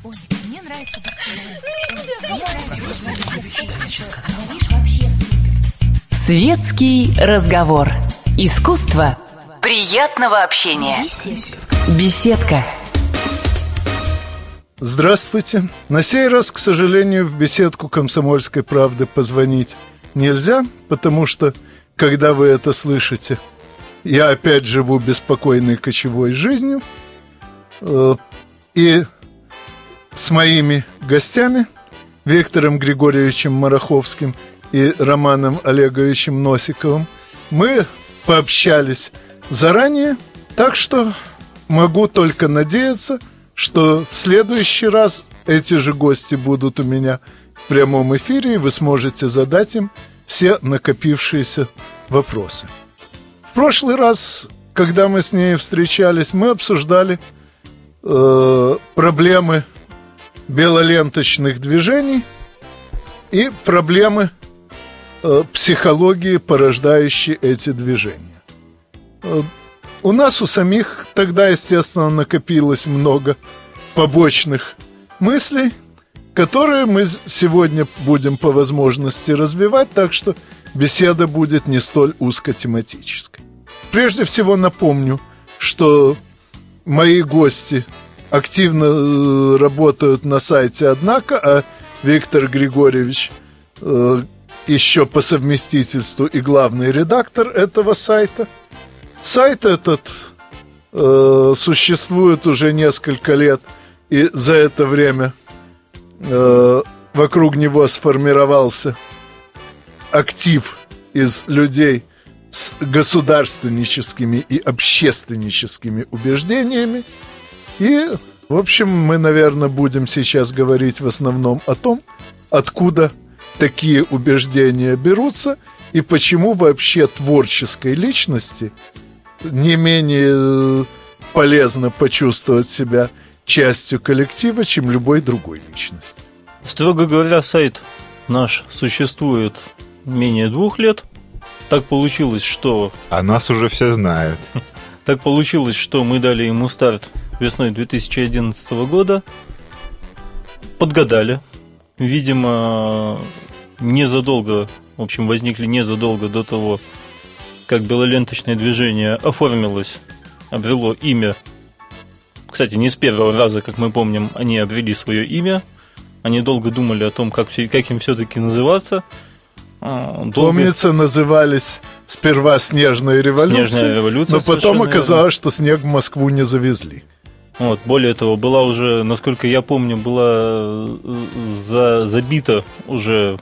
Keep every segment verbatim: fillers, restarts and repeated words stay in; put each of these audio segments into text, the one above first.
Ой, мне нравится Светский разговор. Искусство приятного общения. Беседка. Здравствуйте. На сей раз, к сожалению, в беседку «Комсомольской правды» позвонить нельзя, потому что, когда вы это слышите, я опять живу беспокойной кочевой жизнью. И с моими гостями, Виктором Григорьевичем Мараховским и Романом Олеговичем Носиковым, мы пообщались заранее, так что могу только надеяться, что в следующий раз эти же гости будут у меня в прямом эфире, и вы сможете задать им все накопившиеся вопросы. В прошлый раз, когда мы с ней встречались, мы обсуждали э, проблемы белоленточных движений и проблемы э, психологии, порождающей эти движения. Э, у нас у самих тогда, естественно, накопилось много побочных мыслей, которые мы сегодня будем по возможности развивать, так что беседа будет не столь узкотематической. Прежде всего напомню, что мои гости активно работают на сайте «Однако», а Виктор Григорьевич э, еще по совместительству и главный редактор этого сайта. Сайт этот э, существует уже несколько лет, и за это время э, вокруг него сформировался актив из людей с государственническими и общественническими убеждениями. И, в общем, мы, наверное, будем сейчас говорить в основном о том, откуда такие убеждения берутся и почему вообще творческой личности не менее полезно почувствовать себя частью коллектива, чем любой другой личности. Строго говоря, сайт наш существует менее двух лет. Так получилось, что... А нас уже все знают. Так получилось, что мы дали ему старт весной две тысячи одиннадцатого года. Подгадали. Видимо, незадолго, в общем, возникли незадолго до того, как белоленточное движение оформилось, обрело имя. Кстати, не с первого раза, как мы помним, они обрели свое имя. Они долго думали о том, как, как им все-таки называться. Долго... Помнится, назывались сперва «Снежная революция», Снежная революция, но потом оказалось, верно. Что снег в Москву не завезли. Вот, более того, была уже, насколько я помню, была за, забита уже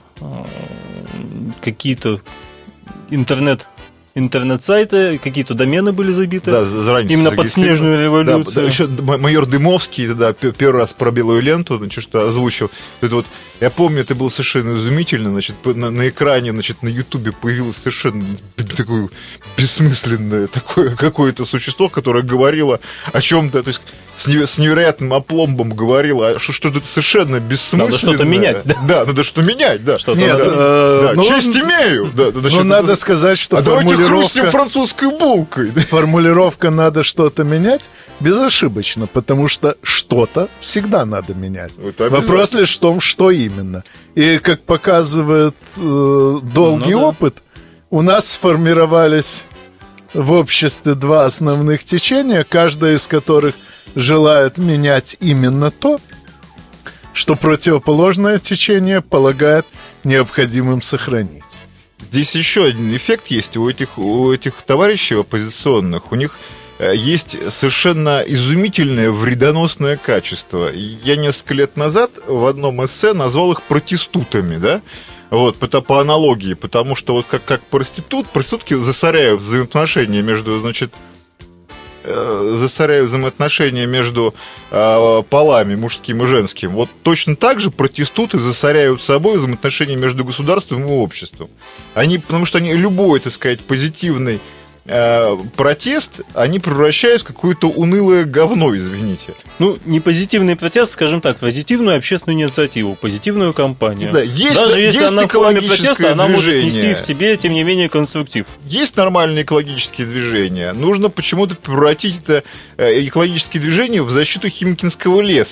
какие-то интернет интернет-сайты, какие-то домены были забиты. Да, заранее именно под снежную революцию. Да, да, еще майор Дымовский тогда первый раз про белую ленту, значит, что озвучил. Это вот, я помню, это было совершенно изумительно. Значит, на, на экране, значит, на Ютубе появилось совершенно такое бессмысленное такое какое-то существо, которое говорило о чем-то, то есть с, не, с невероятным опломбом говорило, что что-то совершенно бессмысленное. Надо что-то менять. Да, да надо что-то менять, да. Что-то Нет, надо... э, да, ну, честь имею. Да, значит, ну, надо это... сказать, что а формулировка... давайте хрустим французской булкой. Формулировка «надо что-то менять» безошибочно, потому что что-то всегда надо менять. Вопрос лишь в том, что именно. И, как показывает э, долгий ну, да. опыт, у нас сформировались в обществе два основных течения, каждое из которых желает менять именно то, что противоположное течение полагает необходимым сохранить. Здесь еще один эффект есть у этих, у этих товарищей оппозиционных. У них есть совершенно изумительное вредоносное качество. Я несколько лет назад в одном эссе назвал их протестутами, да? Вот, по, по аналогии, потому что вот как, как проститут, проститутки засоряют взаимоотношения между, значит, э, засоряют взаимоотношения между э, полами, мужским и женским. Вот точно так же протестуты засоряют собой взаимоотношения между государством и обществом. Они, потому что они любой, так сказать, позитивный э, протест, они превращают в какое-то унылое говно, извините. Ну, не позитивный протест, скажем так, позитивную общественную инициативу, позитивную кампанию. Да, есть, Даже если есть она в форме протеста, она движение. может нести в себе, тем не менее, конструктив. Есть нормальные экологические движения. Нужно почему-то превратить это экологические движения в защиту Химкинского леса.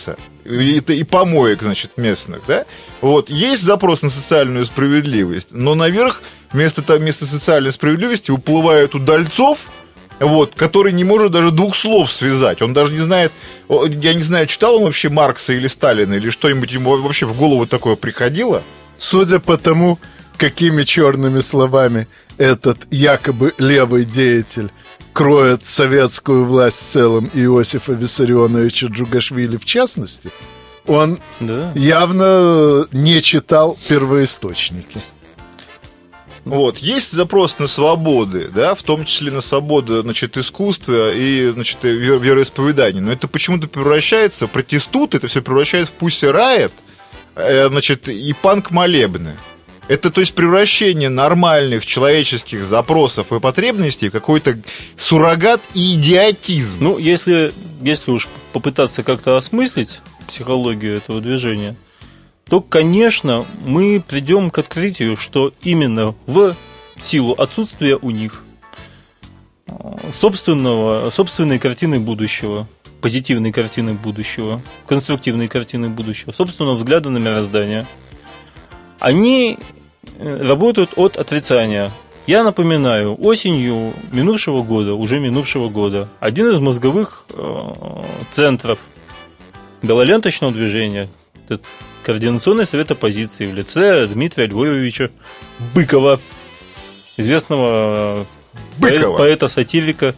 и, и помоек, значит, местных, да? Вот, есть запрос на социальную справедливость, но наверх вместо, вместо социальной справедливости уплывают удальцов, вот, который не может даже двух слов связать. Он даже не знает, я не знаю, читал он вообще Маркса или Сталина, или что-нибудь ему вообще в голову такое приходило? Судя по тому, какими черными словами этот якобы левый деятель кроет советскую власть в целом и Иосифа Виссарионовича Джугашвили в частности, он да. явно не читал первоисточники. Вот, есть запрос на свободы, да, в том числе на свободу, значит, искусства и, значит, вероисповедания. Но это почему-то превращается, протестует, это все превращается в Pussy Riot, значит, и панк-молебны. Это, то есть, превращение нормальных человеческих запросов и потребностей в какой-то суррогат и идиотизм. Ну, если, если уж попытаться как-то осмыслить психологию этого движения, то, конечно, мы придем к открытию, что именно в силу отсутствия у них собственного, собственной картины будущего, позитивной картины будущего, конструктивной картины будущего, собственного взгляда на мироздание, они работают от отрицания. Я напоминаю, осенью минувшего года, уже минувшего года, один из мозговых центров белоленточного движения, Координационный совет оппозиции в лице Дмитрия Львовича Быкова, известного Быкова. поэта-сатирика,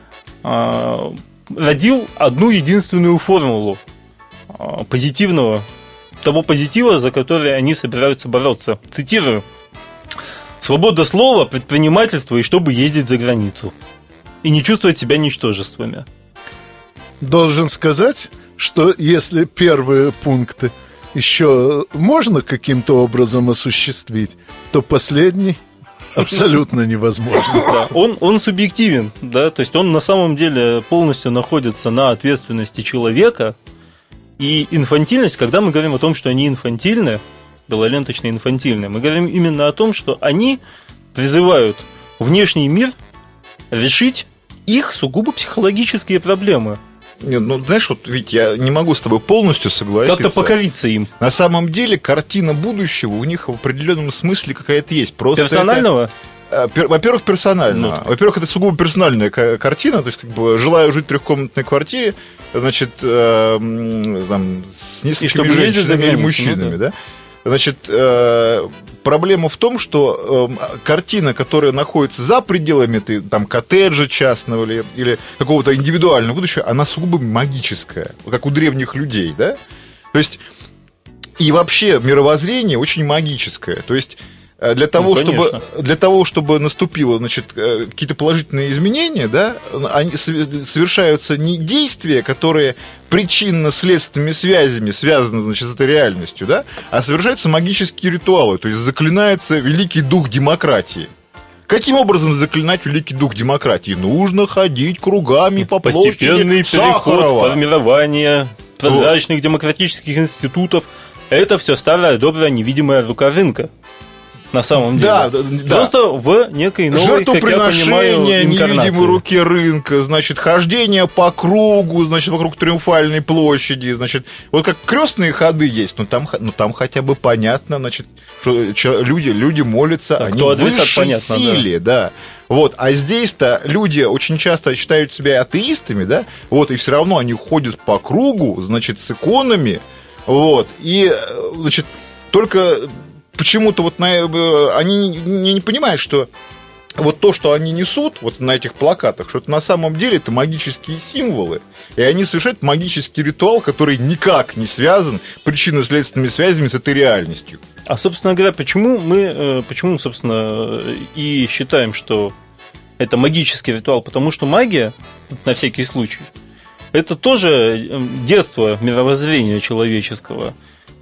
родил одну единственную формулу позитивного, того позитива, за который они собираются бороться. Цитирую: «Свобода слова, предпринимательство и чтобы ездить за границу и не чувствовать себя ничтожествами». Должен сказать, что если первые пункты еще можно каким-то образом осуществить, то последний абсолютно невозможно. Да, он, он субъективен, да, то есть он на самом деле полностью находится на ответственности человека. И инфантильность, когда мы говорим о том, что они инфантильны, белоленточно инфантильны, мы говорим именно о том, что они призывают внешний мир решить их сугубо психологические проблемы. Нет, ну, знаешь, вот ведь я не могу с тобой полностью согласиться. Как-то покориться им. На самом деле, картина будущего у них в определенном смысле какая-то есть. Просто персонального? Это, во-первых, персонального. Ну, Во-первых, это сугубо персональная картина. То есть, как бы, желаю жить в трехкомнатной квартире, значит, э, там, с несколькими женщинами или мужчинами, ну, да. да? Значит, э, проблема в том, что э, картина, которая находится за пределами ты, там, коттеджа частного или, или какого-то индивидуального будущего, она сугубо магическая, как у древних людей, да? То есть, и вообще мировоззрение очень магическое. То есть, для того, ну, чтобы, для того, чтобы наступило, значит, какие-то положительные изменения, да, они совершаются не действия, которые причинно-следственными связями связаны, значит, с этой реальностью, да, а совершаются магические ритуалы, то есть заклинается великий дух демократии. Каким образом заклинать великий дух демократии? Нужно ходить кругами по площади Постепенный переход, формирование прозрачных вот. демократических институтов. Это все старая, добрая, невидимая рука рынка. На самом деле. Да, да. Просто в некой новой, как я понимаю, инкарнации. Невидимой руке рынка, значит, хождение по кругу, значит, вокруг Триумфальной площади, значит, вот как крестные ходы есть, но там, но там хотя бы понятно, значит, что люди, люди молятся, так, они в высшей понятно, силе, да. да. Вот, а здесь-то люди очень часто считают себя атеистами, да, вот, и все равно они ходят по кругу, значит, с иконами, вот, и, значит, только почему-то вот на, они не, не понимают, что вот то, что они несут вот на этих плакатах, что это на самом деле это магические символы, и они совершают магический ритуал, который никак не связан причинно-следственными связями с этой реальностью. А, собственно говоря, почему мы, почему, собственно, и считаем, что это магический ритуал? Потому что магия, на всякий случай, это тоже детство мировоззрения человеческого.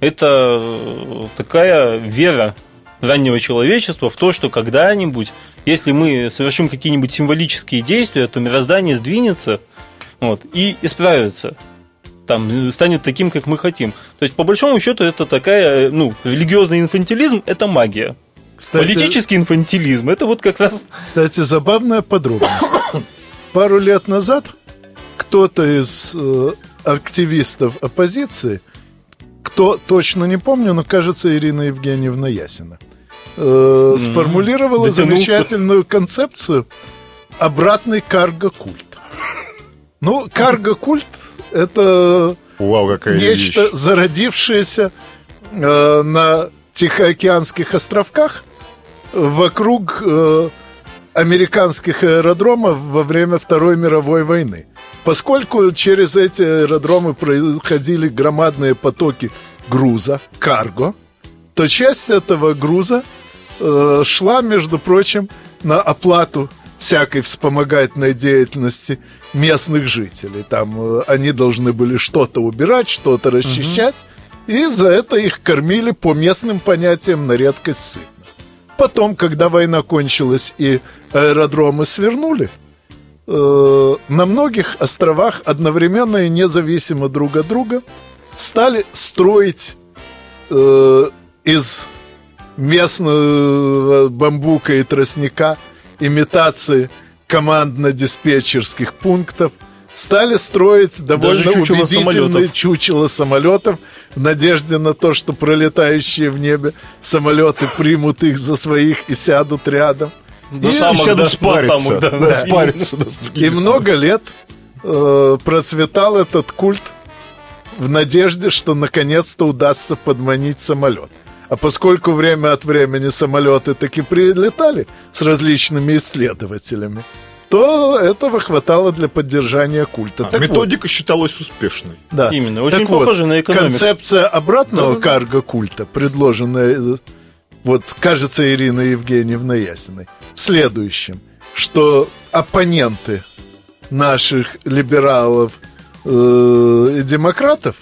Это такая вера раннего человечества в то, что когда-нибудь, если мы совершим какие-нибудь символические действия, то мироздание сдвинется вот, и исправится. Там, станет таким, как мы хотим. То есть, по большому счету, это такая, ну, религиозный инфантилизм – это магия. Кстати, политический инфантилизм – это вот как раз… Кстати, забавная подробность. Пару лет назад кто-то из э, активистов оппозиции кто точно не помню, но, кажется, Ирина Евгеньевна Ясина э, сформулировала mm-hmm. замечательную концепцию обратный карго-культ. Ну, карго-культ — это Вау, какая нечто, вещь. зародившееся э, на Тихоокеанских островках вокруг э, американских аэродромов во время Второй мировой войны. Поскольку через эти аэродромы проходили громадные потоки груза, карго, то часть этого груза э, шла, между прочим, на оплату всякой вспомогательной деятельности местных жителей. Там э, они должны были что-то убирать, что-то расчищать, угу. и за это их кормили по местным понятиям на редкость сытно. Потом, когда война кончилась и аэродромы свернули, э, на многих островах одновременно и независимо друг от друга стали строить э, из местного бамбука и тростника имитации командно-диспетчерских пунктов, стали строить довольно чучело убедительные самолетов. чучело самолетов в надежде на то, что пролетающие в небе самолеты примут их за своих и сядут рядом. До и самых, сядут да, спариться. до самых, да, Да, да. спариться, да, с И другими много лет э, процветал этот культ в надежде, что наконец-то удастся подманить самолет. А поскольку время от времени самолеты таки прилетали с различными исследователями, то этого хватало для поддержания культа. А, Так методика вот, считалась успешной. да. Именно, очень Так похоже вот, на экономикс. концепция обратного Да. карго-культа, предложенная, вот, кажется, Ириной Евгеньевной Ясиной, в следующем, что оппоненты наших либералов э, и демократов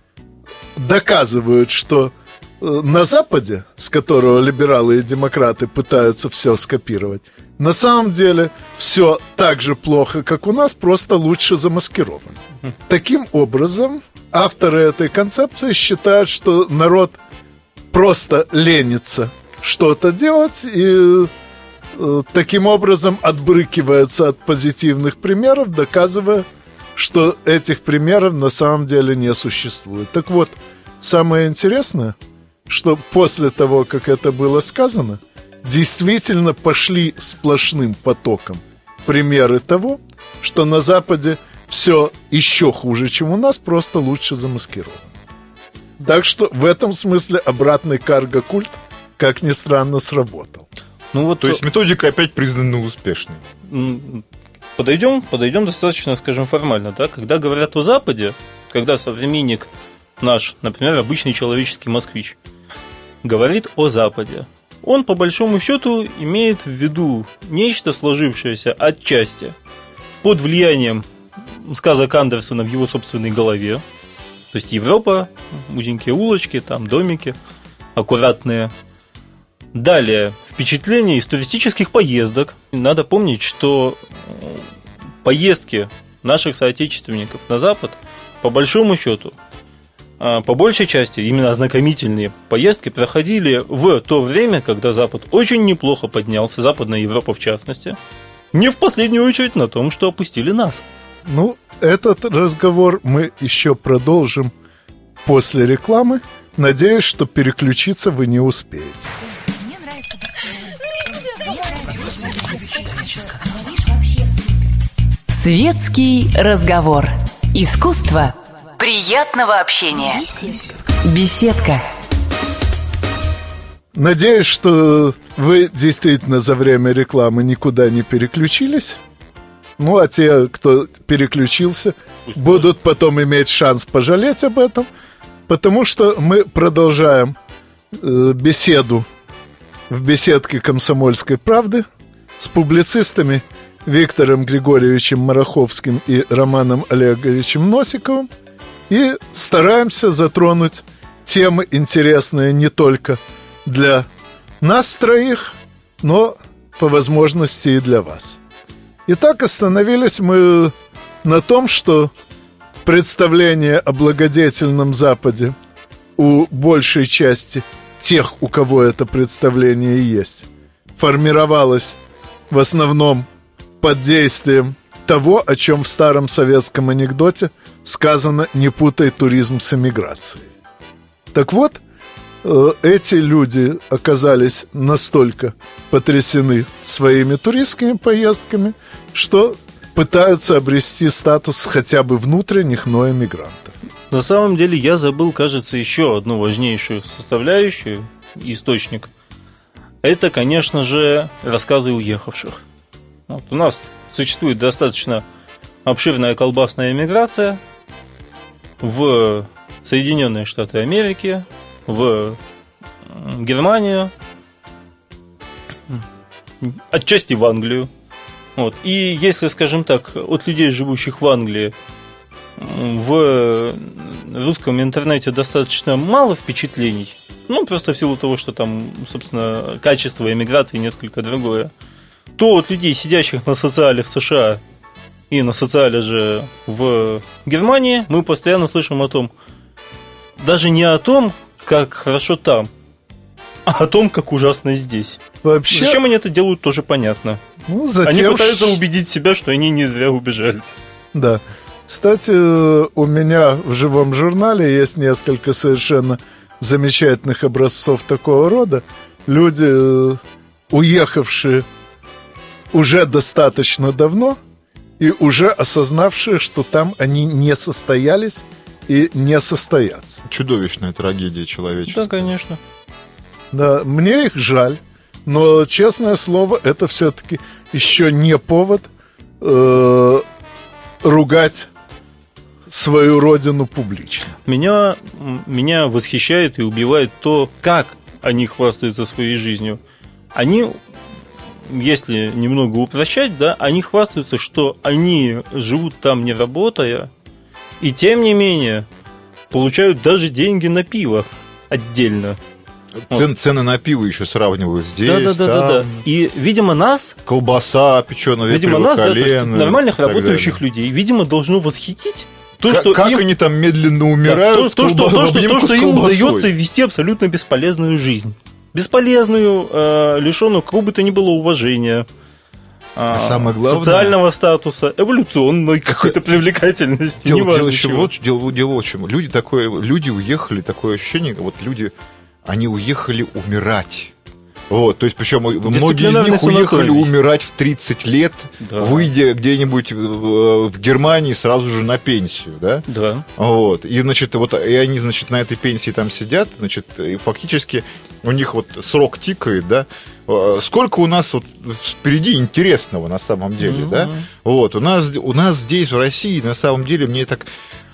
доказывают, что на Западе, с которого либералы и демократы пытаются все скопировать, на самом деле все так же плохо, как у нас, просто лучше замаскировано. Таким образом, авторы этой концепции считают, что народ просто ленится что-то делать и э, таким образом отбрыкивается от позитивных примеров, доказывая, что этих примеров на самом деле не существует. Так вот, самое интересное, что после того, как это было сказано, действительно пошли сплошным потоком примеры того, что на Западе все еще хуже, чем у нас, просто лучше замаскировано. Так что в этом смысле обратный карго-культ, как ни странно, сработал. Ну, вот, То есть методика опять признана успешной. Подойдем, подойдем достаточно, скажем, формально. Да? Когда говорят о Западе, когда современник наш, например, обычный человеческий москвич, говорит о Западе, он, по большому счету, имеет в виду нечто, сложившееся отчасти под влиянием сказок Андерсона в его собственной голове. То есть Европа, узенькие улочки, там домики аккуратные. Далее, впечатление из туристических поездок. Надо помнить, что поездки наших соотечественников на Запад, по большому счету, по большей части, именно ознакомительные поездки проходили в то время, когда Запад очень неплохо поднялся, Западная Европа в частности, не в последнюю очередь на том, что опустили нас. Ну, этот разговор мы еще продолжим после рекламы. Надеюсь, что переключиться вы не успеете. Светский разговор. Искусство приятного общения. Беседка. Надеюсь, что вы действительно за время рекламы никуда не переключились. Ну, а те, кто переключился, Пусть будут потом иметь шанс пожалеть об этом, потому что мы продолжаем э, беседу в беседке «Комсомольской правды» с публицистами Виктором Григорьевичем Мараховским и Романом Олеговичем Носиковым и стараемся затронуть темы, интересные не только для нас троих, но по возможности и для вас. Итак, остановились мы на том, что представление о благодетельном Западе у большей части тех, у кого это представление есть, формировалось в основном под действием того, о чем в старом советском анекдоте сказано «не путай туризм с эмиграцией». Так вот, эти люди оказались настолько потрясены своими туристскими поездками, что пытаются обрести статус хотя бы внутренних, но эмигрантов. На самом деле я забыл, кажется, еще одну важнейшую составляющую, источник. Это, конечно же, рассказы уехавших. Вот у нас существует достаточно обширная колбасная эмиграция в Соединенные Штаты Америки, в Германию, отчасти в Англию. Вот. И если, скажем так, от людей, живущих в Англии, в русском интернете достаточно мало впечатлений, ну, просто в силу того, что там, собственно, качество эмиграции несколько другое, то от людей, сидящих на социале в США и на социале же в Германии, мы постоянно слышим о том, даже не о том, как хорошо там, а о том, как ужасно здесь. Вообще... Зачем они это делают, тоже понятно. Ну, затем... Они пытаются убедить себя, что они не зря убежали. Да. Кстати, у меня в живом журнале есть несколько совершенно замечательных образцов такого рода. Люди, уехавшие уже достаточно давно и уже осознавшие, что там они не состоялись и не состоятся. Чудовищная трагедия человечества. Да, конечно. Да, мне их жаль, но, честное слово, это все-таки еще не повод э, ругать свою родину публично. Меня, меня восхищает и убивает то, как они хвастаются своей жизнью. Они, если немного упрощать, да, они хвастаются, что они живут там не работая, и тем не менее получают даже деньги на пиво отдельно. Цен, вот. Цены на пиво еще сравнивают здесь. Да, да, да, да, да. И, видимо, нас, колбаса печеная, видимо, нас, да, то есть нормальных работающих людей, видимо, должно восхитить то, как, что как им, они там медленно умирают, да, то, то, что, то, что, то, что им удается вести абсолютно бесполезную жизнь. Бесполезную, э, лишенную какого бы то ни было уважения, а самое главное, социального статуса, эволюционной какой-то привлекательности. Дело, дело, еще вот, дело, дело в чем. Люди, такое, люди уехали, такое ощущение, вот люди, они уехали умирать. Вот, то есть, причем многие из них уехали умирать в тридцать лет, да. Выйдя где-нибудь в Германии сразу же на пенсию, да? Да. Вот, и, значит, вот, и они, значит, на этой пенсии там сидят, значит, и фактически у них вот срок тикает, да? Сколько у нас вот впереди интересного на самом деле, mm-hmm. да? Вот, у нас, у нас здесь, в России, на самом деле, мне так...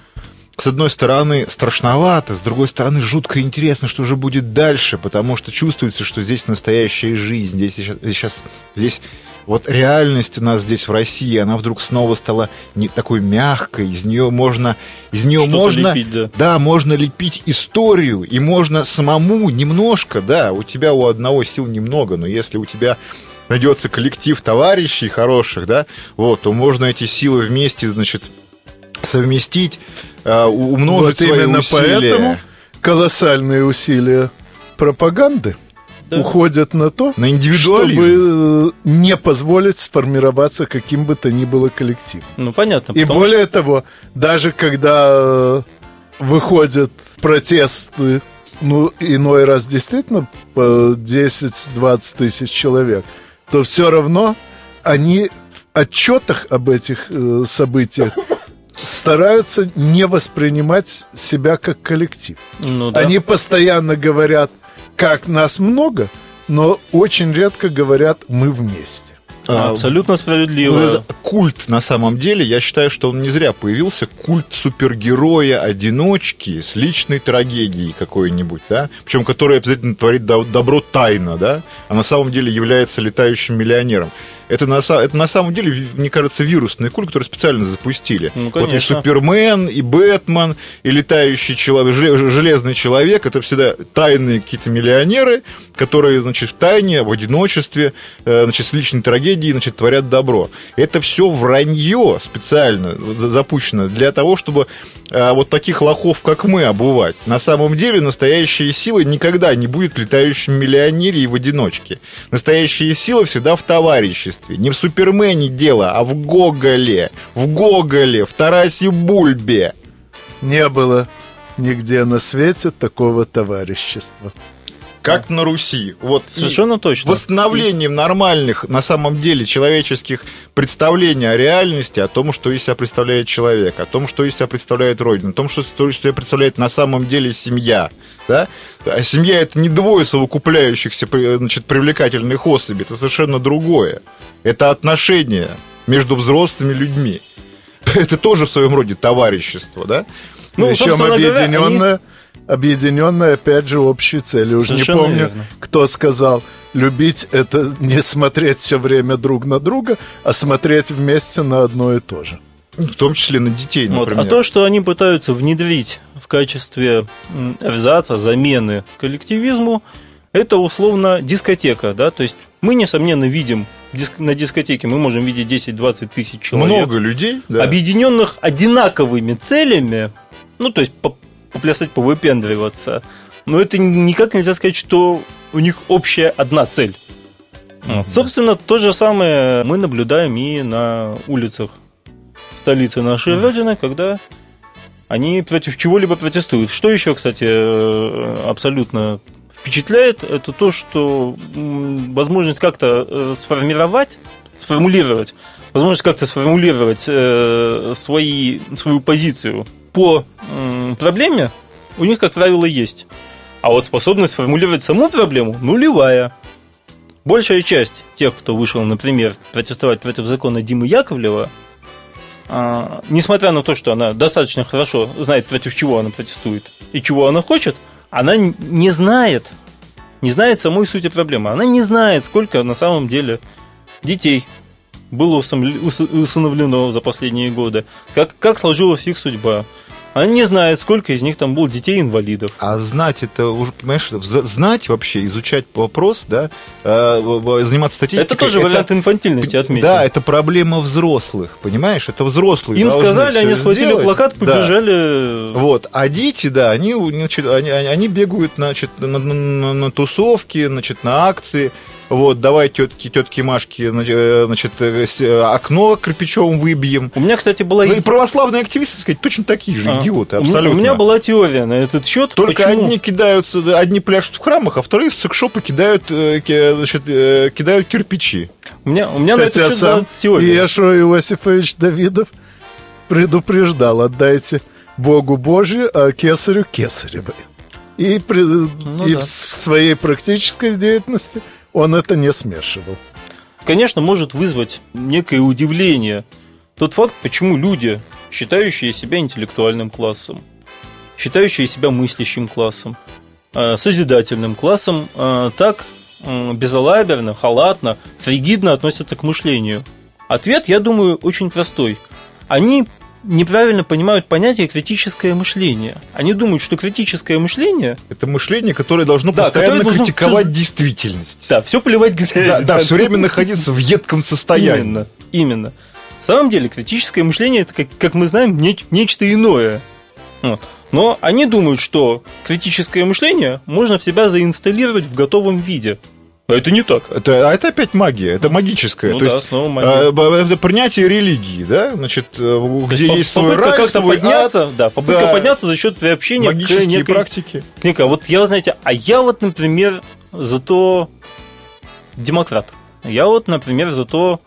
С одной стороны, страшновато, с другой стороны, жутко интересно, что же будет дальше, потому что чувствуется, что здесь настоящая жизнь, здесь сейчас, сейчас здесь вот реальность у нас здесь в России, она вдруг снова стала не такой мягкой, из нее можно, из нее можно, лепить, да. да, можно лепить историю, и можно самому немножко, да, у тебя у одного сил немного, но если у тебя найдется коллектив товарищей хороших, да, вот, то можно эти силы вместе, значит, совместить, умножить вот свои именно усилия. Поэтому колоссальные усилия пропаганды да. уходят на то, на индивидуализм, чтобы не позволить сформироваться каким бы то ни было коллективом. Ну, понятно. И более что... того, даже когда выходят протесты, ну, иной раз действительно по десять-двадцать тысяч человек, то все равно они в отчетах об этих э, событиях стараются не воспринимать себя как коллектив. Ну, да. Они постоянно говорят, как нас много, но очень редко говорят «мы вместе». Абсолютно справедливо. Культ, на самом деле, я считаю, что он не зря появился. Культ супергероя-одиночки с личной трагедией какой-нибудь, да? Причем который обязательно творит добро тайно, да? А на самом деле является летающим миллионером. Это на, это на самом деле, мне кажется, вирусный культ, который специально запустили. Ну, вот и Супермен, и Бэтмен, и летающий человек, железный человек, это всегда тайные какие-то миллионеры, которые, значит, в тайне, в одиночестве, значит, с личной трагедией, значит, творят добро. Это все вранье специально запущено для того, чтобы вот таких лохов, как мы, обувать. На самом деле настоящая сила никогда не будет в летающем миллионере и в одиночке. Настоящая сила всегда в товариществе. Не в Супермене дело, а в Гоголе. В Гоголе, в Тарасе Бульбе. Не было нигде на свете такого товарищества. Как да. на Руси. Вот совершенно точно. Восстановлением нормальных, на самом деле, человеческих представлений о реальности, о том, что из себя представляет человек, о том, что из себя представляет Родина, о том, что из себя представляет на самом деле семья. Да? А семья – это не двое совокупляющихся, значит, привлекательных особей, это совершенно другое. Это отношения между взрослыми людьми. Это тоже в своем роде товарищество, да? Ну, причем объединенное, они... объединенное, опять же, общей целью. Уже не помню, верно. Кто сказал, любить – это не смотреть все время друг на друга, а смотреть вместе на одно и то же. В том числе на детей, например. Вот. А то, что они пытаются внедрить в качестве эрзаца, замены коллективизму, это условно дискотека, да, то есть мы, несомненно, видим на дискотеке, мы можем видеть десять-двадцать тысяч человек. Много людей, да. Объединенных одинаковыми целями, ну, то есть поплясать, повыпендриваться, но это никак нельзя сказать, что у них общая одна цель. Mm-hmm. Собственно, то же самое мы наблюдаем и на улицах столицы нашей mm-hmm. Родины, когда они против чего-либо протестуют. Что еще, кстати, абсолютно впечатляет, это то, что возможность как-то сформировать, сформулировать, возможность как-то сформулировать свои, свою позицию по проблеме у них, как правило, есть. А вот способность сформулировать саму проблему нулевая. Большая часть тех, кто вышел, например, протестовать против закона Димы Яковлева, несмотря на то, что она достаточно хорошо знает, против чего она протестует и чего она хочет, она не знает, не знает самой сути проблемы. Она не знает, сколько на самом деле детей было усыновлено за последние годы, как, как сложилась их судьба. Она не знает, сколько из них там было детей-инвалидов. А знать это уже, понимаешь, знать вообще, изучать вопрос, да, заниматься статистикой. Это тоже это, вариант инфантильности, отметим. Да, это проблема взрослых, понимаешь, это взрослые. Им сказали, они схватили сделать. Плакат, побежали. Да. Вот, а дети, да, они, значит, они, они бегают, значит, на, на, на, на тусовки, значит, на акции. Вот, давай тетки, тетки Машки, значит, окно кирпичом выбьем. У меня, кстати, была... Ну и православные активисты, так сказать, точно такие же а. идиоты, абсолютно. У меня была теория на этот счет. Только почему? одни кидаются, одни пляшут в храмах, а вторые в секшопы кидают, значит, кидают кирпичи. У меня, у меня на этот счет была теория. Иешуа Иосифович Давидов предупреждал: отдайте Богу Божие, а кесарю кесаревое. И, при, ну, и да. в своей практической деятельности он это не смешивал. Конечно, может вызвать некое удивление тот факт, почему люди, считающие себя интеллектуальным классом, считающие себя мыслящим классом, созидательным классом, так безалаберно, халатно, фригидно относятся к мышлению. Ответ, я думаю, очень простой. Они неправильно понимают понятие критическое мышление. Они думают, что критическое мышление... Это мышление, которое должно да, постоянно которое критиковать должно... действительность. Да, все поливать грязью. Да, да, все время находиться в едком состоянии. Именно, именно. На самом деле, критическое мышление, это, как, как мы знаем, не, нечто иное. Вот. Но они думают, что критическое мышление можно в себя заинсталлировать в готовом виде. А это не так. Это, а это опять магия, это магическое. Ну то да, есть, снова магия. Это принятие религии, да? Значит, то где есть, есть свой попытка рай, как-то свой подняться, ад, да, попытка да. подняться за счет приобщения магические к некой практики. Некой. Вот я, знаете, а я вот, например, зато демократ. Я вот, например, зато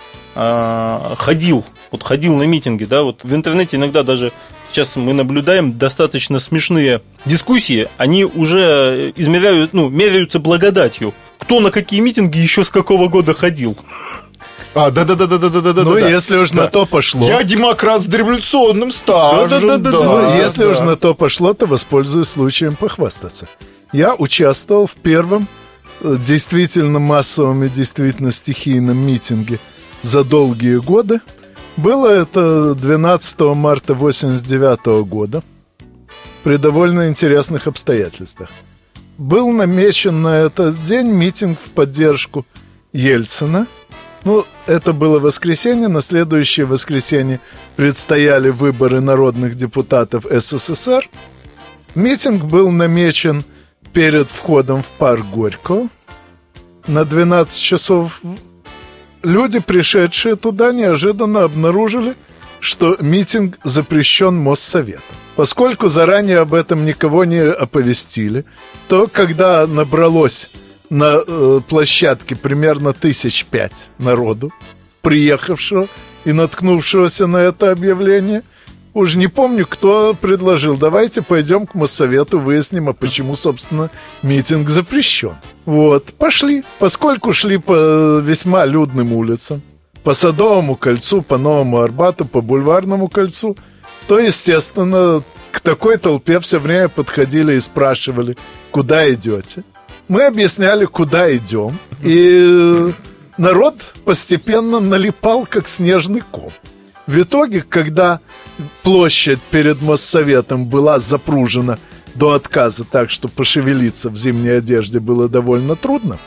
э, ходил, вот ходил на митинги, да, вот в интернете иногда даже сейчас мы наблюдаем достаточно смешные дискуссии, они уже измеряют, ну, меряются благодатью. Кто на какие митинги еще с какого года ходил? А, да-да-да-да-да-да-да. Ну, да. если уж да. на то пошло. Я демократ с дореволюционным стажем. Да-да-да. Да. Ну, если да. уж на то пошло, то воспользуюсь случаем похвастаться. Я участвовал в первом действительно массовом и действительно стихийном митинге за долгие годы. Было это двенадцатого марта восемьдесят девятого года при довольно интересных обстоятельствах. Был намечен на этот день митинг в поддержку Ельцина. Ну, это было воскресенье. На следующее воскресенье предстояли выборы народных депутатов СССР. Митинг был намечен перед входом в парк Горького на двенадцать часов. Люди, пришедшие туда, неожиданно обнаружили что митинг запрещен Моссоветом. Поскольку заранее об этом никого не оповестили, то когда набралось на э, площадке примерно тысяч пять народу, приехавшего и наткнувшегося на это объявление, уж не помню, кто предложил: давайте пойдем к Моссовету, выясним, а почему, собственно, митинг запрещен. Вот, пошли. Поскольку шли по весьма людным улицам, по Садовому кольцу, по Новому Арбату, по Бульварному кольцу, то, естественно, к такой толпе все время подходили и спрашивали: куда идете? Мы объясняли, куда идем, и народ постепенно налипал, как снежный ком. В итоге, когда площадь перед Моссоветом была запружена до отказа, так что пошевелиться в зимней одежде было довольно трудно,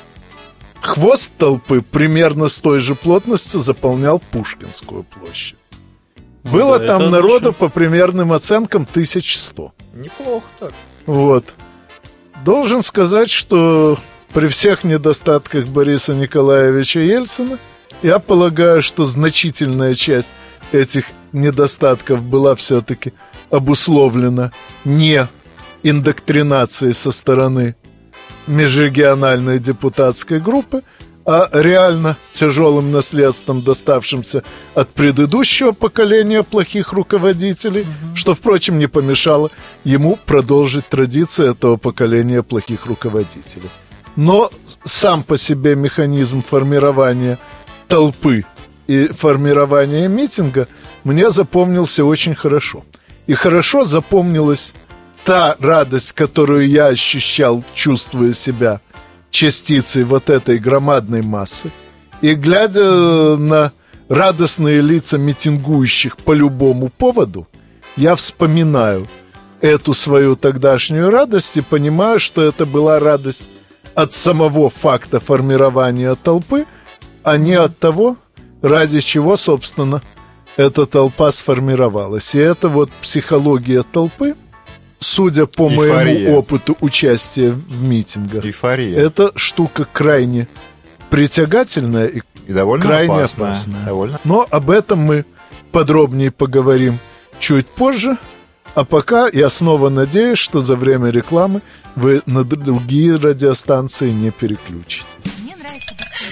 хвост толпы примерно с той же плотностью заполнял Пушкинскую площадь. Было да, там народу, по примерным оценкам, тысяч сто. Неплохо так. Вот. Должен сказать, что при всех недостатках Бориса Николаевича Ельцина, я полагаю, что значительная часть этих недостатков была все-таки обусловлена не индоктринацией со стороны межрегиональной депутатской группы, а реально тяжелым наследством, доставшимся от предыдущего поколения плохих руководителей, угу. что, впрочем, не помешало ему продолжить традиции этого поколения плохих руководителей. Но сам по себе механизм формирования толпы и формирования митинга мне запомнился очень хорошо. И хорошо запомнилась та радость, которую я ощущал, чувствуя себя частицей вот этой громадной массы, и глядя на радостные лица митингующих по любому поводу, я вспоминаю эту свою тогдашнюю радость и понимаю, что это была радость от самого факта формирования толпы, а не от того, ради чего, собственно, эта толпа сформировалась. И это вот психология толпы, судя по Эйфория. Моему опыту участия в митингах, Эйфория. Это штука крайне притягательная и, и довольно крайне опасная. опасная. Довольно. Но об этом мы подробнее поговорим чуть позже. А пока я снова надеюсь, что за время рекламы вы на другие радиостанции не переключите. Мне нравится.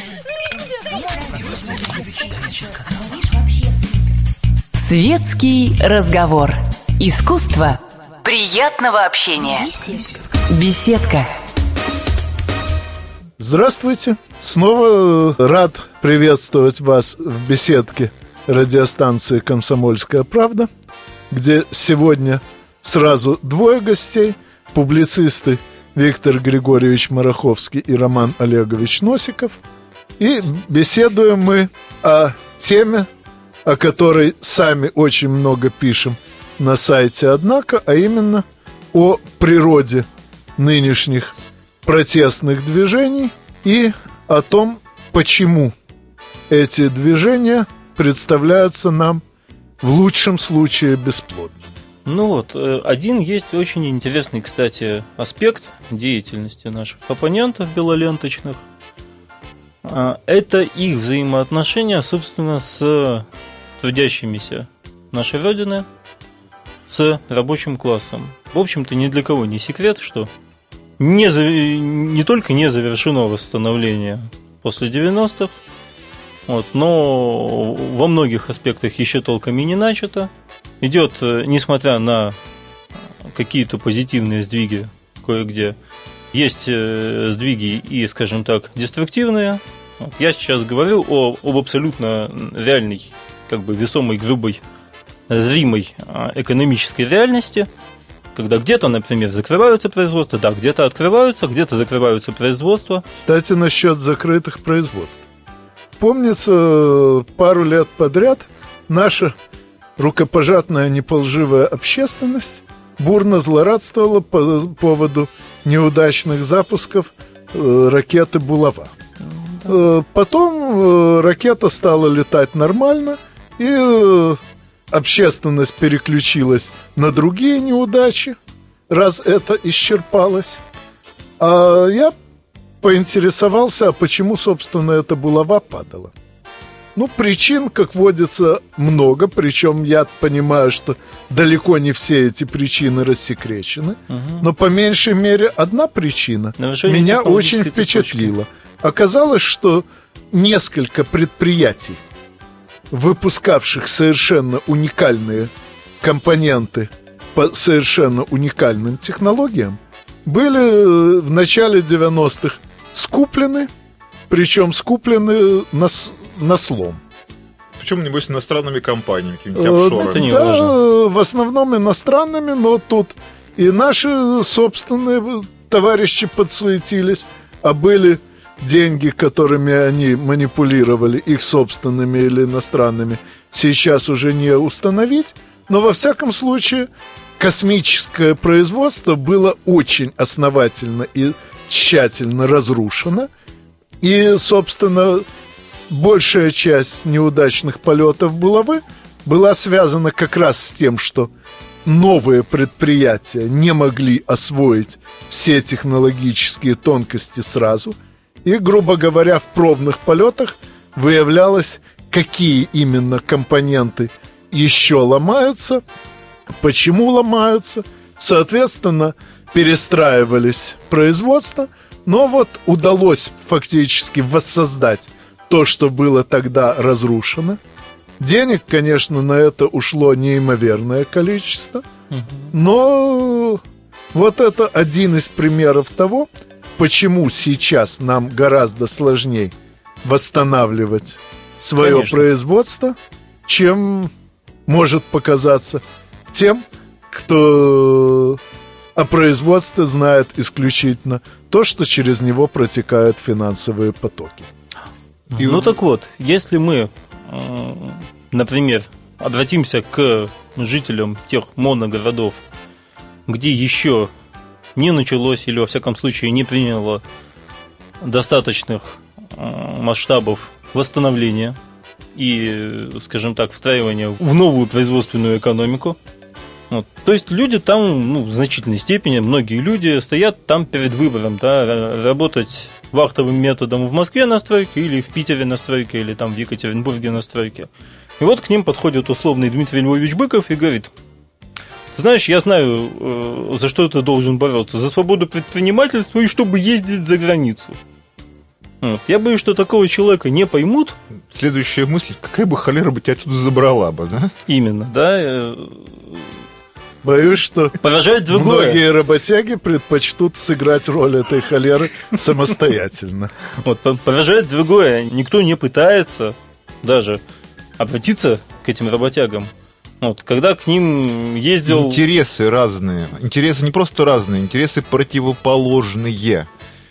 Светский разговор. Искусство приятного общения. Беседка. Здравствуйте. Снова рад приветствовать вас в беседке радиостанции «Комсомольская правда», где сегодня сразу двое гостей: публицисты Виктор Григорьевич Мараховский и Роман Олегович Носиков. И беседуем мы о теме, о которой сами очень много пишем на сайте «Однако», а именно о природе нынешних протестных движений и о том, почему эти движения представляются нам в лучшем случае бесплодными. Ну вот, один есть очень интересный, кстати, аспект деятельности наших оппонентов белоленточных. Это их взаимоотношения, собственно, с трудящимися нашей Родины, с рабочим классом. В общем-то, ни для кого не секрет, что не, не только не завершено восстановление после девяностых, вот, но во многих аспектах еще толком и не начато. Идет, несмотря на какие-то позитивные сдвиги кое-где, есть сдвиги и, скажем так, деструктивные. Я сейчас говорю о, об абсолютно реальной, как бы весомой, грубой, зримой экономической реальности, когда где-то, например, закрываются производства, да, где-то открываются, где-то закрываются производства. Кстати, насчет закрытых производств. Помнится, пару лет подряд наша рукопожатная неполживая общественность бурно злорадствовала по поводу неудачных запусков э, ракеты «Булава». Э, потом э, ракета стала летать нормально, и э, общественность переключилась на другие неудачи, раз это исчерпалось. А я поинтересовался, а почему, собственно, эта «Булава» падала. Ну, причин, как водится, много, причем я понимаю, что далеко не все эти причины рассекречены, угу. но по меньшей мере одна причина Нарушение меня очень впечатлила. Цепочки. Оказалось, что несколько предприятий, выпускавших совершенно уникальные компоненты по совершенно уникальным технологиям, были в начале девяностых скуплены, причем скуплены на, на слом. Причем, небось, иностранными компаниями, какими-нибудь офшорами. Это не да, важно. В основном иностранными, но тут и наши собственные товарищи подсуетились, а были деньги, которыми они манипулировали, их собственными или иностранными, сейчас уже не установить. Но, во всяком случае, космическое производство было очень основательно и тщательно разрушено. И, собственно, большая часть неудачных полетов булавы была связана как раз с тем, что новые предприятия не могли освоить все технологические тонкости сразу. И, грубо говоря, в пробных полетах выявлялось, какие именно компоненты еще ломаются, почему ломаются. Соответственно, перестраивались производства, но вот удалось фактически воссоздать то, что было тогда разрушено. Денег, конечно, на это ушло неимоверное количество, но вот это один из примеров того, почему сейчас нам гораздо сложнее восстанавливать свое Конечно. производство, чем может показаться тем, кто о производстве знает исключительно то, что через него протекают финансовые потоки. И ну так вот, если мы, например, обратимся к жителям тех моногородов, где еще не началось или, во всяком случае, не приняло достаточных масштабов восстановления и, скажем так, встраивания в новую производственную экономику. Вот. То есть люди там, ну, в значительной степени, многие люди стоят там перед выбором, да, работать вахтовым методом в Москве на стройке или в Питере на стройке, или там в Екатеринбурге на стройке. И вот к ним подходит условный Дмитрий Львович Быков и говорит: знаешь, я знаю, за что ты должен бороться. За свободу предпринимательства и чтобы ездить за границу. Вот. Я боюсь, что такого человека не поймут. Следующая мысль: какая бы холера бы тебя оттуда забрала бы, да? Именно, да. Боюсь, что поражает другое. Многие работяги предпочтут сыграть роль этой холеры самостоятельно. Вот, поражает другое. Никто не пытается даже обратиться к этим работягам. Вот, когда к ним ездил... Интересы разные. Интересы не просто разные, интересы противоположные.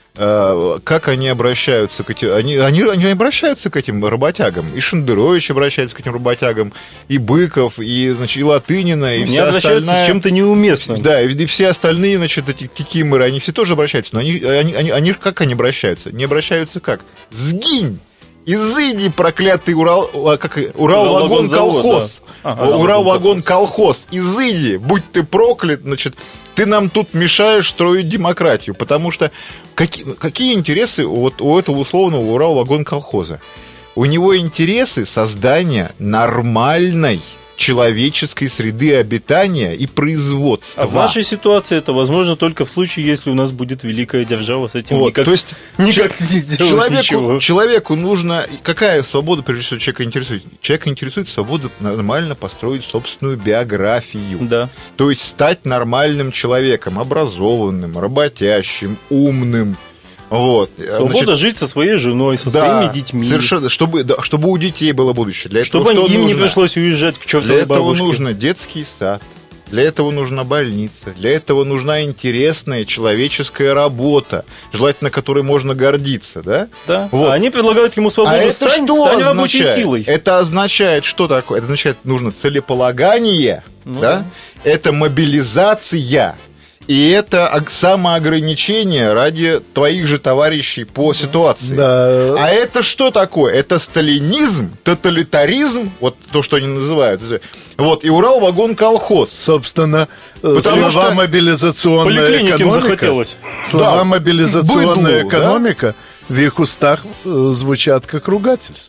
Как они обращаются к этим... Они, они, они обращаются к этим работягам. И Шендерович обращается к этим работягам, и Быков, и, значит, и Латынина, и они вся обращаются остальная... с чем-то неуместным. Да, и, и все остальные, значит, эти кикиморы, они все тоже обращаются. Но они, они, они, они как они обращаются? Не обращаются как? Сгинь! Изыди, проклятый Урал, как, Урал-вагон-колхоз. Да. Ага, Урал-вагон-колхоз. Изыди, будь ты проклят, значит, ты нам тут мешаешь строить демократию. Потому что какие, какие интересы вот у этого условного Урал-вагон-колхоза? У него интересы создания нормальной человеческой среды обитания и производства. А в нашей ситуации это возможно только в случае, если у нас будет великая держава, с этим вот, никак, то есть никак не сделаешь человеку, ничего. Человеку нужно... Какая свобода, прежде всего, человека интересует? Человека интересует свобода нормально построить собственную биографию. Да. То есть стать нормальным человеком, образованным, работящим, умным. Вот. Свобода Значит, жить со своей женой, со да, своими детьми. Совершенно, чтобы, да, чтобы у детей было будущее. Для чтобы этого, им нужно? не пришлось уезжать к чертовой Для бабушке. этого нужно детский сад, для этого нужна больница, для этого нужна интересная человеческая работа, желательно которой можно гордиться. Да? Да. Вот. А они предлагают ему свободу. А стань, это что стань означает? Рабочей силой. Это означает, что такое? Это означает, нужно целеполагание, ну, да? Да. Это мобилизация. И это самоограничение ради твоих же товарищей по ситуации. Да. А это что такое? Это сталинизм, тоталитаризм, вот то, что они называют. Вот, и Урал-вагон-колхоз. Собственно, Потому слова что мобилизационная экономика. Захотелось. Слова да. мобилизационная Быдлу, экономика, да? В их устах звучат как ругательство.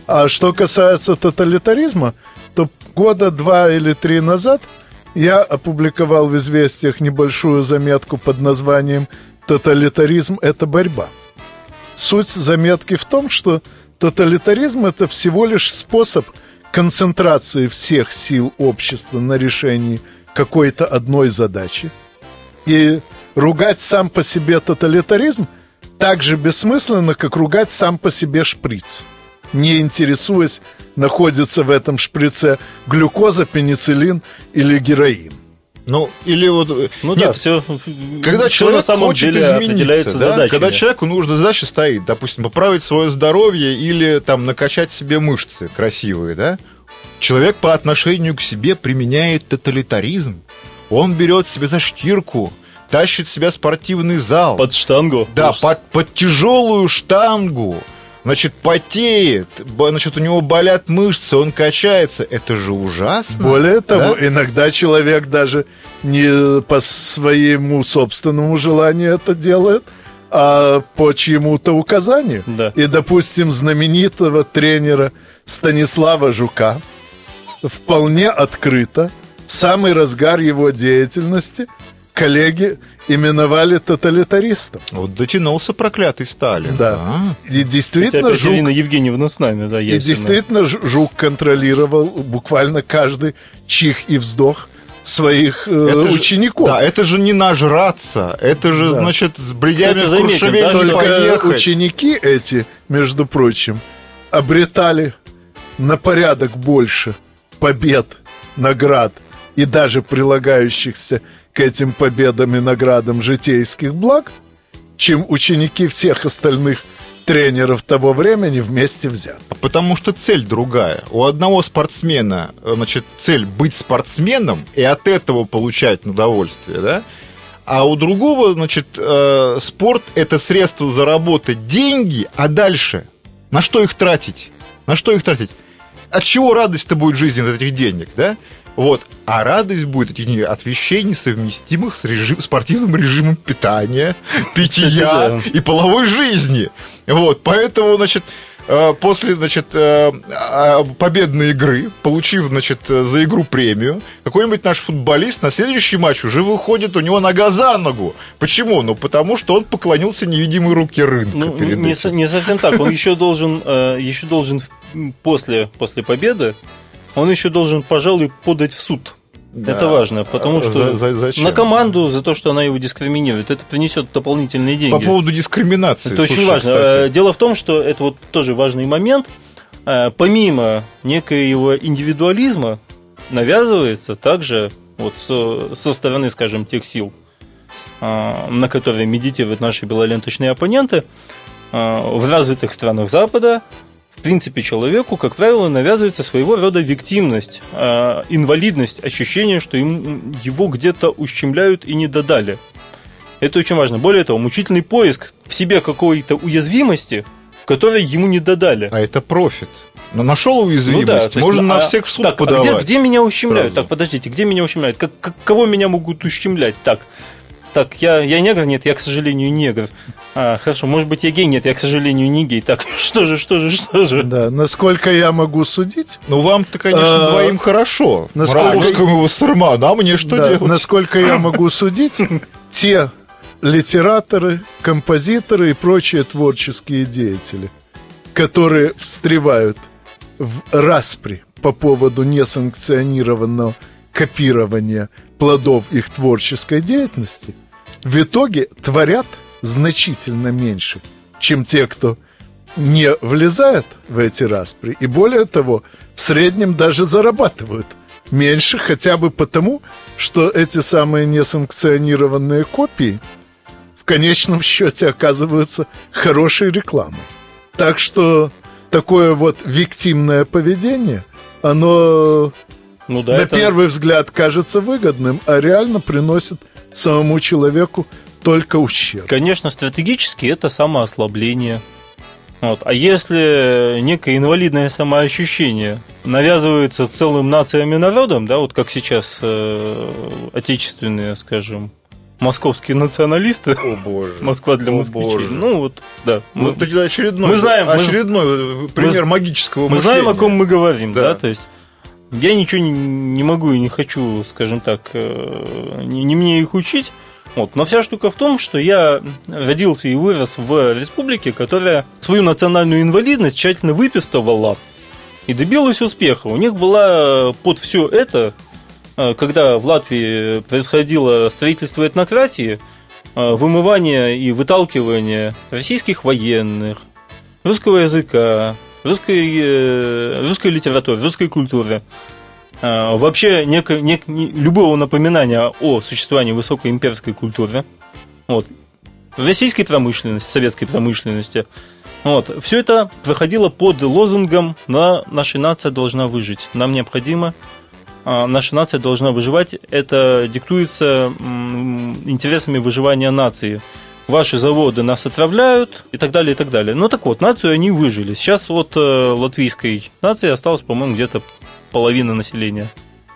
А что касается тоталитаризма, то года два или три назад я опубликовал в «Известиях» небольшую заметку под названием «Тоталитаризм – это борьба». Суть заметки в том, что тоталитаризм – это всего лишь способ концентрации всех сил общества на решении какой-то одной задачи. И ругать сам по себе тоталитаризм так же бессмысленно, как ругать сам по себе шприц, не интересуясь, находится в этом шприце глюкоза, пенициллин или героин. Ну, или вот... Ну Нет, да, все... Когда все человек на самом хочет деле измениться, да? Когда человеку нужна задача стоит, допустим, поправить свое здоровье или там накачать себе мышцы красивые, да? Человек по отношению к себе применяет тоталитаризм. Он берет себе за шкирку, тащит себя в спортивный зал. Под штангу. Да, под, под тяжелую штангу. Значит, потеет, значит, у него болят мышцы, он качается. Это же ужасно. Более того, да? иногда человек даже не по своему собственному желанию это делает, а по чьему-то указанию. Да. И, допустим, знаменитого тренера Станислава Жука вполне открыто, в самый разгар его деятельности, коллеги именовали тоталитаристом. Вот дотянулся проклятый Сталин. Да. А. И действительно, Жук... Жук... Евгеньевна с нами, да, И действительно, Жук контролировал буквально каждый чих и вздох своих э, учеников. Же, да, это же не нажраться, это же, да. значит, с бредями в Куршевель да, только поехать. Ученики эти, между прочим, обретали на порядок больше побед, наград и даже прилагающихся к этим победам и наградам житейских благ, чем ученики всех остальных тренеров того времени вместе взяты. Потому что цель другая. У одного спортсмена, значит, цель быть спортсменом и от этого получать удовольствие, да? А у другого, значит, э, спорт – это средство заработать деньги, а дальше на что их тратить? На что их тратить? От чего радость-то будет в жизни от этих денег, да? Вот. А радость будет от вещей, несовместимых с режим, спортивным режимом питания, питья Кстати, да. и половой жизни. Вот. Поэтому, значит, после, значит, победной игры, получив, значит, за игру премию, какой-нибудь наш футболист на следующий матч уже выходит, у него нога за ногу. Почему? Ну, потому что он поклонился невидимой руке рынка. Ну, перед не, этим. не совсем так. Он еще должен, еще должен после, после победы он еще должен, пожалуй, подать в суд. Да. Это важно, потому что за, за, на команду за то, что она его дискриминирует, это принесет дополнительные деньги. По поводу дискриминации. Это слушай, очень важно. кстати. Дело в том, что это вот тоже важный момент. Помимо некоего индивидуализма навязывается также вот со, со стороны, скажем, тех сил, на которые медитируют наши белоленточные оппоненты, в развитых странах Запада. В принципе, человеку, как правило, навязывается своего рода виктимность, э, инвалидность, ощущение, что им, его где-то ущемляют и не додали. Это очень важно. Более того, мучительный поиск в себе какой-то уязвимости, в которой ему не додали. А это профит. Но нашел уязвимость, ну да, есть, можно а, на всех в суд так, подавать. А где, где меня ущемляют? Сразу. Так, подождите, где меня ущемляют? Как, как, кого меня могут ущемлять? Так, так я, я негр? Нет, я, к сожалению, негр. А, хорошо, может быть, я гей? Нет, я, к сожалению, не гей. Так, что же, что же, что же? Да, насколько я могу судить... Ну, вам-то, конечно, а, двоим хорошо. Мраковскому Вассерману, а мне что да, делать? Насколько я могу судить, те литераторы, композиторы и прочие творческие деятели, которые встревают в распри по поводу несанкционированного копирования плодов их творческой деятельности, в итоге творят значительно меньше, чем те, кто не влезает в эти распри, и более того, в среднем даже зарабатывают меньше, хотя бы потому, что эти самые несанкционированные копии в конечном счете оказываются хорошей рекламой. Так что такое вот виктимное поведение, оно ну, да, на это... первый взгляд кажется выгодным, а реально приносит самому человеку только ущерб. Конечно, стратегически это самоослабление. Вот. А если некое инвалидное самоощущение навязывается целым нациям и народам, да, вот как сейчас э, отечественные, скажем, московские националисты. О, боже. Москва для О, москвичей. боже. Ну, вот, да. Ну, мы, это очередной, мы знаем, очередной мы, пример мы, магического мы мышления. знаем, о ком мы говорим, да, да? То есть я ничего не, не могу и не хочу, скажем так, не, не мне их учить. Вот. Но вся штука в том, что я родился и вырос в республике, которая свою национальную инвалидность тщательно выписывала и добилась успеха. У них была под все это, когда в Латвии происходило строительство этнократии, вымывание и выталкивание российских военных, русского языка, русской, русской литературы, русской культуры. Вообще неко, не, не, любого напоминания о существовании высокой имперской культуры, вот, российской промышленности, советской промышленности. Вот, все это проходило под лозунгом «На, наша нация должна выжить». Нам необходимо, наша нация должна выживать. Это диктуется интересами выживания нации. Ваши заводы нас отравляют и так далее, и так далее. Ну так вот, нацию они выжили. Сейчас от латвийской нации осталось, по-моему, где-то половина населения.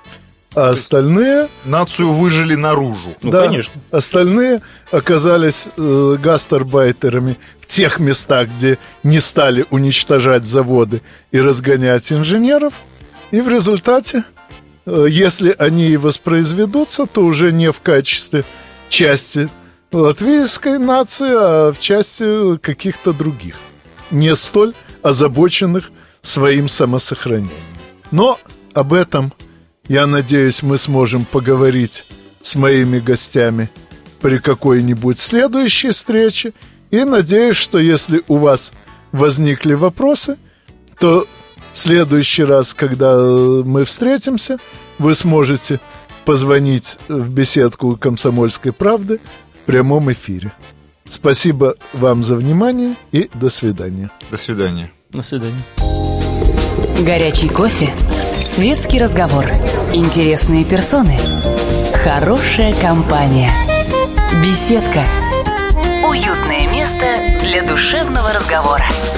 А остальные... Нацию выжили наружу. Ну, да, конечно. Остальные оказались э, гастарбайтерами в тех местах, где не стали уничтожать заводы и разгонять инженеров. И в результате, э, если они и воспроизведутся, то уже не в качестве части латвийской нации, а в части каких-то других, не столь озабоченных своим самосохранением. Но об этом, я надеюсь, мы сможем поговорить с моими гостями при какой-нибудь следующей встрече. И надеюсь, что если у вас возникли вопросы, то в следующий раз, когда мы встретимся, вы сможете позвонить в беседку «Комсомольской правды» в прямом эфире. Спасибо вам за внимание и до свидания. До свидания. До свидания. Горячий кофе, светский разговор, интересные персоны, хорошая компания, беседка, уютное место для душевного разговора.